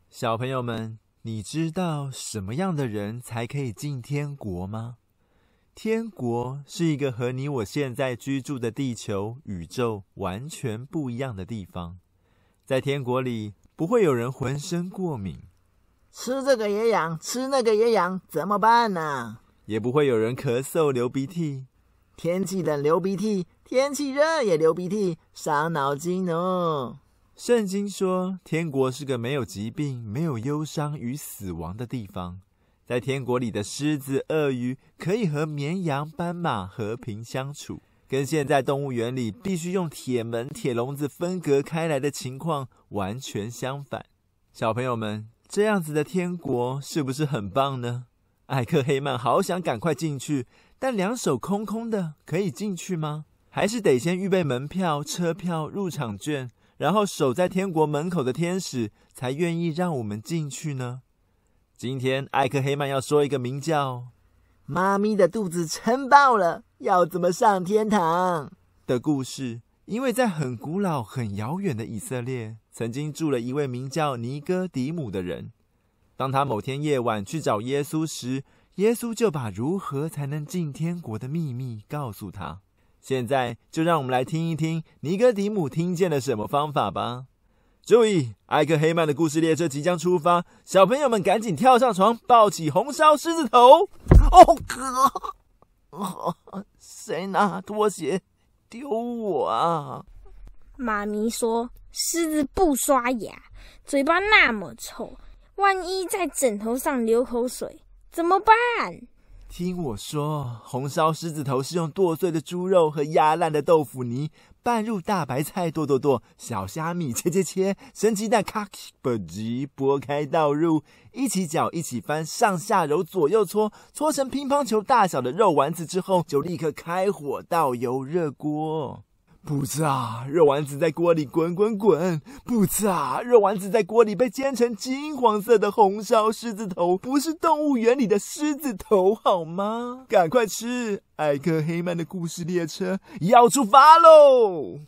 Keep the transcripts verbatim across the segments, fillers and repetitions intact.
小朋友们，你知道什么样的人才可以进天国吗？天国是一个和你我现在居住的地球、宇宙完全不一样的地方。在天国里，不会有人浑身过敏， 吃这个也痒，吃那个也痒，怎么办呢？ 也不会有人咳嗽、流鼻涕。 天气冷流鼻涕，天气热也流鼻涕，伤脑筋哦。 圣经说，天国是个没有疾病、没有忧伤与死亡的地方。在天国里的狮子、鳄鱼可以和绵羊、斑马和平相处，跟现在动物园里必须用铁门、铁笼子分隔开来的情况完全相反。小朋友们，这样子的天国是不是很棒呢？艾克黑曼好想赶快进去，但两手空空的，可以进去吗？还是得先预备门票、车票、入场券，然后守在天国门口的天使才愿意让我们进去呢？今天艾克黑曼要说一个名叫妈咪的肚子撑爆了，要怎么上天堂的故事。因为在很古老很遥远的以色列，曾经住了一位名叫尼哥底母的人。当他某天夜晚去找耶稣时，耶稣就把如何才能进天国的秘密告诉他。现在就让我们来听一听尼哥底母听见了什么方法吧。注意，艾克黑曼的故事列车即将出发，小朋友们赶紧跳上床，抱起红烧狮子头。 哦哥，哦，谁拿拖鞋丢我啊？ 妈咪说，狮子不刷牙，嘴巴那么臭，万一在枕头上流口水怎么办？ 听我说，红烧狮子头是用剁碎的猪肉和压烂的豆腐泥拌入大白菜剁剁剁，小虾米切切切，生鸡蛋咔吧唧剥开倒入，一起搅一起翻，上下揉左右搓，搓成乒乓球大小的肉丸子之后，就立刻开火倒油热锅。不呲啊，肉丸子在锅里滚滚滚，不呲啊，肉丸子在锅里被煎成金黄色的红烧狮子头，不是动物园里的狮子头好吗？赶快吃！艾克黑曼的故事列车要出发喽！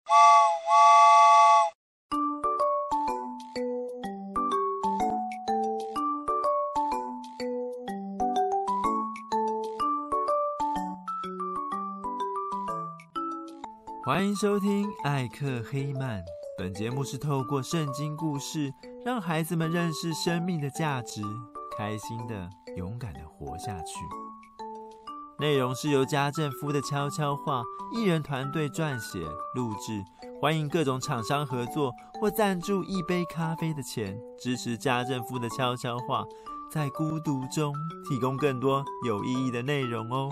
欢迎收听艾克黑曼。本节目是透过圣经故事，让孩子们认识生命的价值，开心的、勇敢的活下去。内容是由家政夫的悄悄话艺人团队撰写、录制。欢迎各种厂商合作或赞助一杯咖啡的钱，支持家政夫的悄悄话，在孤独中提供更多有意义的内容哦。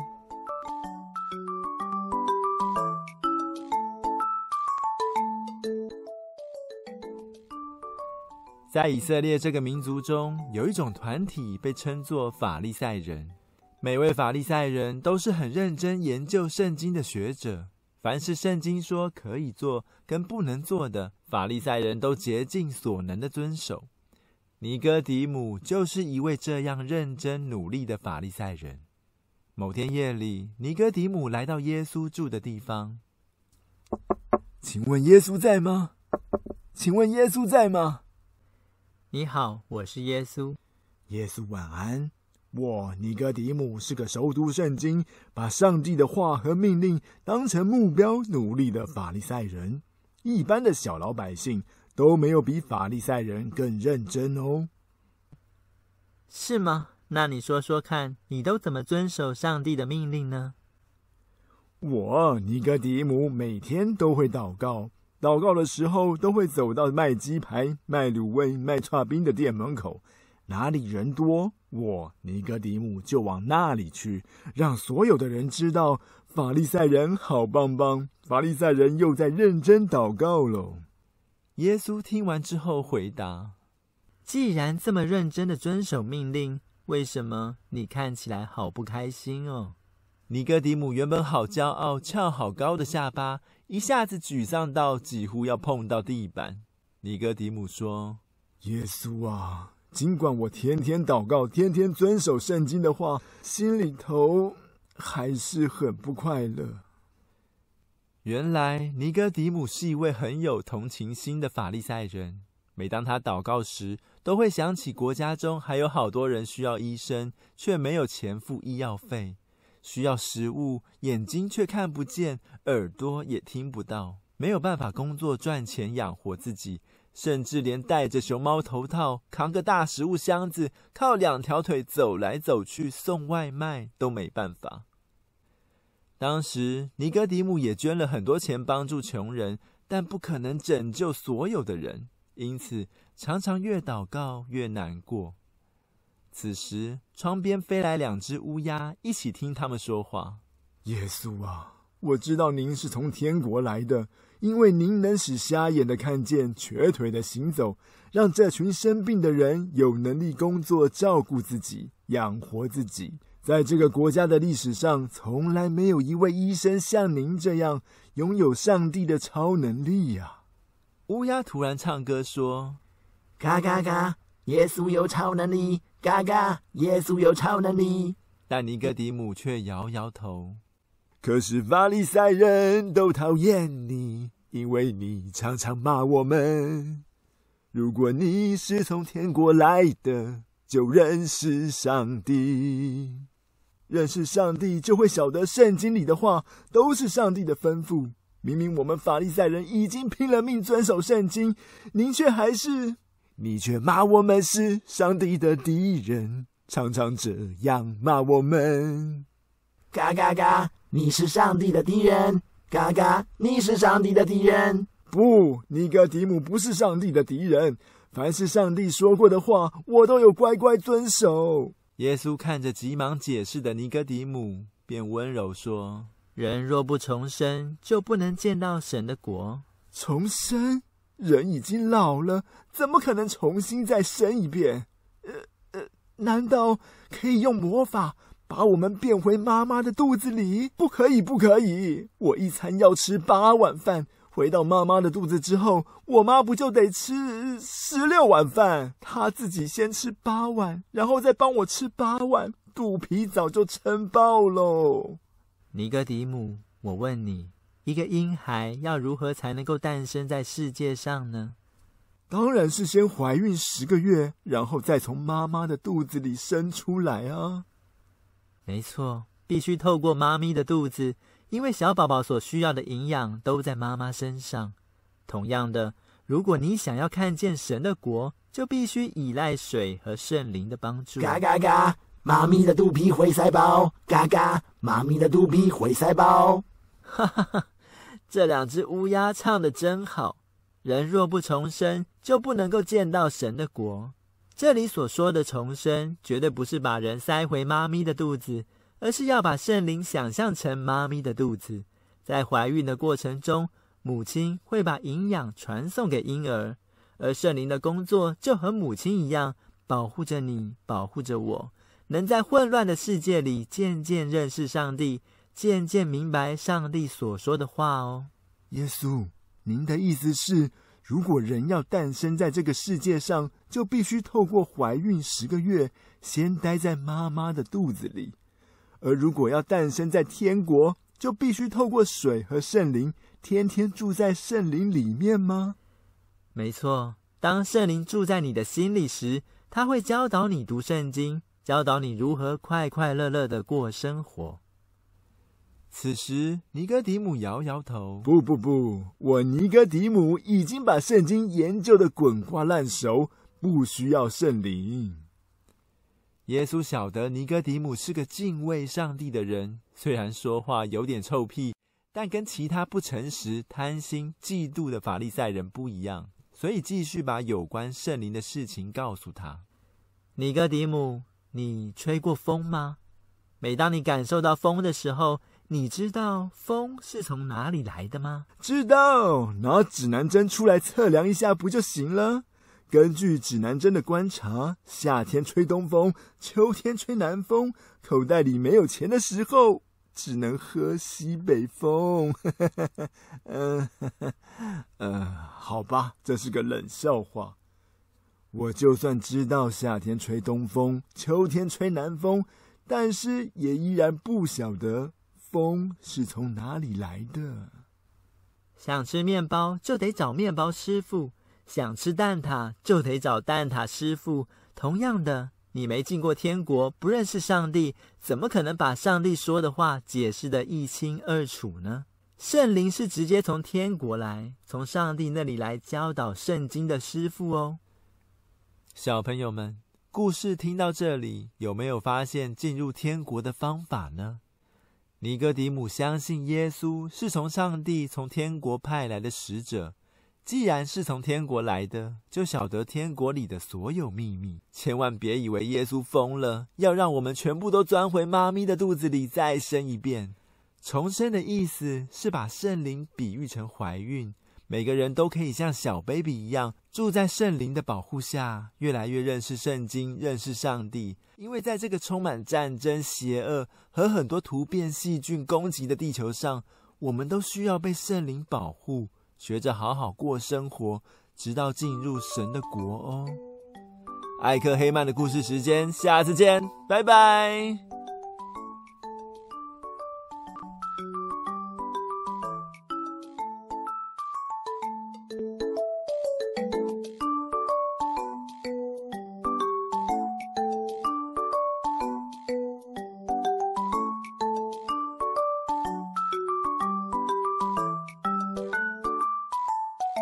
在以色列这个民族中，有一种团体被称作法利赛人。每位法利赛人都是很认真研究圣经的学者，凡是圣经说可以做跟不能做的，法利赛人都竭尽所能的遵守。尼哥底母就是一位这样认真努力的法利赛人。某天夜里，尼哥底母来到耶稣住的地方。请问耶稣在吗？请问耶稣在吗？ 你好，我是耶稣。 耶稣晚安。我尼哥底母是个熟读圣经，把上帝的话和命令当成目标努力的法利赛人。一般的小老百姓都没有比法利赛人更认真哦。 是吗？那你说说看，你都怎么遵守上帝的命令呢？ 我尼哥底母每天都会祷告，祷告的时候都会走到卖鸡排、卖卤味、卖剉冰的店门口，哪里人多，我尼哥底母就往那里去，让所有的人知道法利赛人好棒棒，法利赛人又在认真祷告喽。 耶稣听完之后回答： 既然这么认真的遵守命令，为什么你看起来好不开心哦？ 尼哥底母原本好骄傲，翘好高的下巴，一下子沮丧到几乎要碰到地板。尼哥底母说： 耶稣啊，尽管我天天祷告，天天遵守圣经的话，心里头还是很不快乐。 原来尼哥底母是一位很有同情心的法利赛人。 每当他祷告时，都会想起国家中还有好多人需要医生，却没有钱付医药费；需要食物，眼睛却看不见，耳朵也听不到，没有办法工作赚钱养活自己，甚至连戴着熊猫头套，扛个大食物箱子，靠两条腿走来走去送外卖都没办法。当时尼哥底母也捐了很多钱帮助穷人，但不可能拯救所有的人，因此常常越祷告越难过。此时窗边飞来两只乌鸦，一起听他们说话。 耶稣啊，我知道您是从天国来的，因为您能使瞎眼的看见，瘸腿的行走，让这群生病的人有能力工作，照顾自己，养活自己。在这个国家的历史上，从来没有一位医生像您这样拥有上帝的超能力呀！ 乌鸦突然唱歌说： 嘎嘎嘎，耶稣有超能力，嘎嘎，耶稣有超能力。 但尼哥底母却摇摇头。 可是法利赛人都讨厌你，因为你常常骂我们。如果你是从天国来的，就认识上帝。认识上帝就会晓得圣经里的话都是上帝的吩咐。明明我们法利赛人已经拼了命遵守圣经，您却还是你却骂我们是上帝的敌人，常常这样骂我们。 嘎嘎嘎，你是上帝的敌人，嘎嘎，你是上帝的敌人。 不，尼哥底母不是上帝的敌人，凡是上帝说过的话，我都有乖乖遵守。 耶稣看着急忙解释的尼哥底母，便温柔说： 人若不重生，就不能见到神的国。 重生？人已经老了，怎么可能重新再生一遍？呃呃，难道可以用魔法把我们变回妈妈的肚子里？不可以，不可以！我一餐要吃八碗饭，回到妈妈的肚子之后，我妈不就得吃十六碗饭？她自己先吃八碗，然后再帮我吃八碗，肚皮早就撑爆喽。 尼哥底母，我问你，一个婴孩要如何才能够诞生在世界上呢？ 当然是先怀孕十个月，然后再从妈妈的肚子里生出来啊。 没错，必须透过妈咪的肚子，因为小宝宝所需要的营养都在妈妈身上。同样的，如果你想要看见神的国，就必须依赖水和圣灵的帮助。 嘎嘎嘎，妈咪的肚皮会塞饱，嘎嘎，妈咪的肚皮会塞饱。 哈哈哈，这两只乌鸦唱得真好。人若不重生，就不能够见到神的国。这里所说的重生，绝对不是把人塞回妈咪的肚子，而是要把圣灵想象成妈咪的肚子。在怀孕的过程中，母亲会把营养传送给婴儿，而圣灵的工作就和母亲一样，保护着你，保护着我，能在混乱的世界里渐渐认识上帝，渐渐明白上帝所说的话哦。 耶稣，您的意思是，如果人要诞生在这个世界上，就必须透过怀孕十个月，先待在妈妈的肚子里；而如果要诞生在天国，就必须透过水和圣灵，天天住在圣灵里面吗？ 没错，当圣灵住在你的心里时，他会教导你读圣经，教导你如何快快乐乐地过生活。 此时尼哥底母摇摇头， 不不不，我尼哥底母已经把圣经研究得滚瓜烂熟，不需要圣灵。 耶稣晓得尼哥底母是个敬畏上帝的人，虽然说话有点臭屁，但跟其他不诚实、贪心、嫉妒的法利赛人不一样，所以继续把有关圣灵的事情告诉他。 尼哥底母，你吹过风吗？每当你感受到风的时候，你知道风是从哪里来的吗？ 知道，拿指南针出来测量一下不就行了？根据指南针的观察，夏天吹东风，秋天吹南风，口袋里没有钱的时候，只能喝西北风。嗯、呃呃，好吧，这是个冷笑话。我就算知道夏天吹东风，秋天吹南风，但是也依然不晓得风是从哪里来的。 想吃面包就得找面包师傅， 想吃蛋挞就得找蛋挞师傅。同样的，你没进过天国，不认识上帝，怎么可能把上帝说的话解释得一清二楚呢？圣灵是直接从天国来，从上帝那里来教导圣经的师傅哦。 小朋友们，故事听到这里，有没有发现进入天国的方法呢？尼哥底母相信耶稣是从上帝从天国派来的使者，既然是从天国来的，就晓得天国里的所有秘密。千万别以为耶稣疯了，要让我们全部都钻回妈咪的肚子里再生一遍。重生的意思是把圣灵比喻成怀孕，每个人都可以像小 baby 一样，住在圣灵的保护下，越来越认识圣经，认识上帝。因为在这个充满战争、邪恶和很多突变细菌攻击的地球上，我们都需要被圣灵保护，学着好好过生活，直到进入神的国哦。艾克黑曼的故事时间，下次见，拜拜。